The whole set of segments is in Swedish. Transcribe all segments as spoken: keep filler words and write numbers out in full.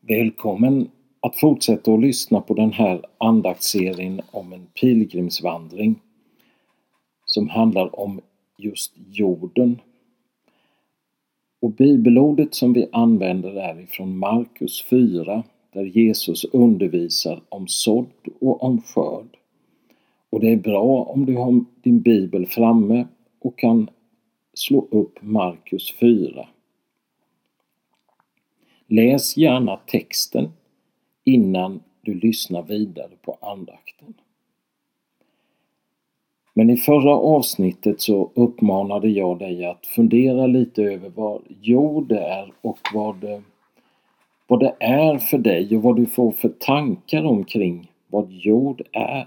Välkommen att fortsätta att lyssna på den här andaktsserien om en pilgrimsvandring som handlar om just jorden. Och bibelordet som vi använder är ifrån Markus fyra, där Jesus undervisar om sådd och om skörd. Och det är bra om du har din bibel framme och kan slå upp Markus fyra. Läs gärna texten innan du lyssnar vidare på andakten. Men i förra avsnittet så uppmanade jag dig att fundera lite över vad jord är och vad det, vad det är för dig och vad du får för tankar omkring vad jord är.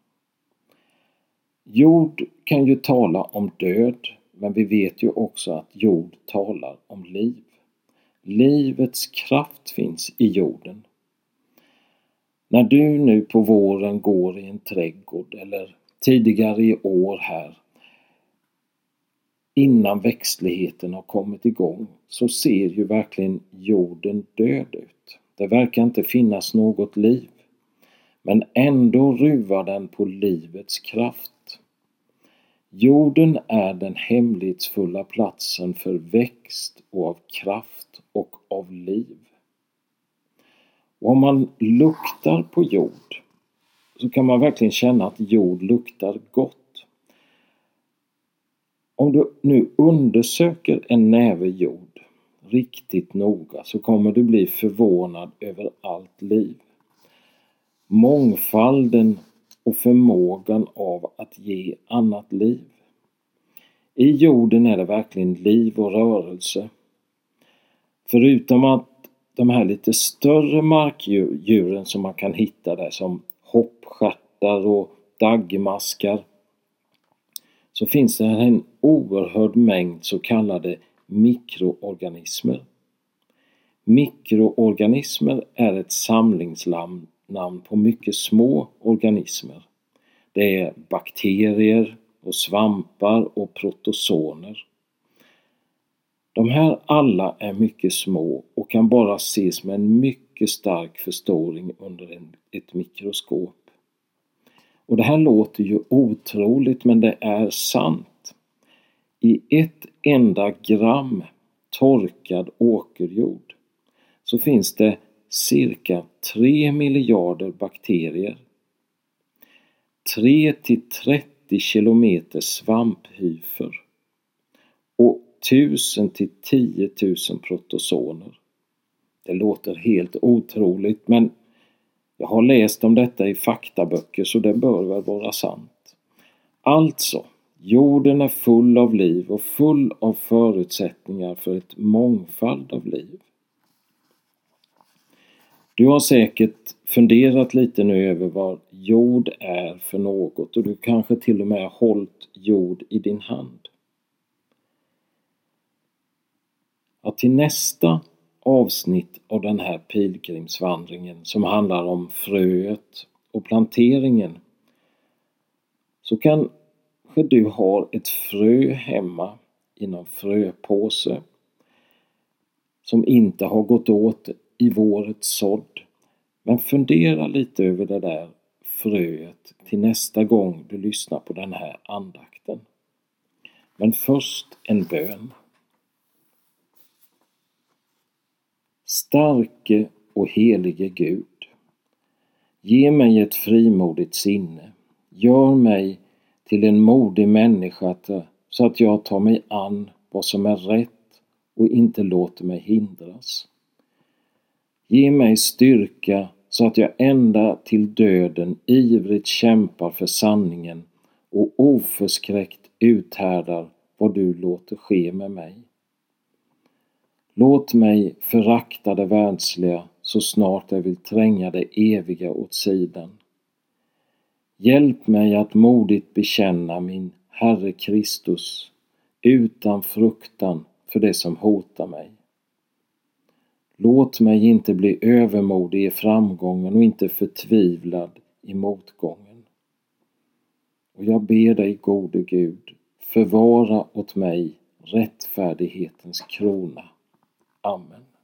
Jord kan ju tala om död, men vi vet ju också att jord talar om liv. Livets kraft finns i jorden. När du nu på våren går i en trädgård eller tidigare i år här, innan växtligheten har kommit igång, så ser ju verkligen jorden död ut. Det verkar inte finnas något liv, men ändå ruvar den på livets kraft. Jorden är den hemlighetsfulla platsen för växt och av kraft och av liv. Och om man luktar på jord så kan man verkligen känna att jord luktar gott. Om du nu undersöker en näve jord riktigt noga så kommer du bli förvånad över allt liv. Mångfalden och förmågan av att ge annat liv. I jorden är det verkligen liv och rörelse. Förutom att de här lite större markdjuren som man kan hitta där, som hoppstjärtar och daggmaskar, så finns det en oerhörd mängd så kallade mikroorganismer. Mikroorganismer är ett samlingsnamn på mycket små organismer. Det är bakterier och svampar och protozoner. De här alla är mycket små och kan bara ses med en mycket stark förstoring under en, ett mikroskop. Och det här låter ju otroligt, men det är sant. I ett enda gram torkad åkerjord så finns det cirka tre miljarder bakterier, tre till trettio kilometer svamphyfer och tusen till tiotusen protozoner. Det låter helt otroligt, men jag har läst om detta i faktaböcker, så det bör väl vara sant. Alltså, jorden är full av liv och full av förutsättningar för ett mångfald av liv. Du har säkert funderat lite nu över vad jord är för något, och du kanske till och med har hållit jord i din hand. Att till nästa avsnitt av den här pilgrimsvandringen som handlar om fröet och planteringen, så kanske du har ett frö hemma i någon fröpåse som inte har gått åt i vårets sådd. Men fundera lite över det där fröet till nästa gång du lyssnar på den här andakten. Men först en bön. Starke och helige Gud, ge mig ett frimodigt sinne. Gör mig till en modig människa så att jag tar mig an vad som är rätt och inte låter mig hindras. Ge mig styrka så att jag ända till döden ivrigt kämpar för sanningen och oförskräckt uthärdar vad du låter ske med mig. Låt mig förakta det världsliga så snart jag vill tränga det eviga åt sidan. Hjälp mig att modigt bekänna min Herre Kristus utan fruktan för det som hotar mig. Låt mig inte bli övermodig i framgången och inte förtvivlad i motgången. Och jag ber dig, gode Gud, förvara åt mig rättfärdighetens krona. Amen.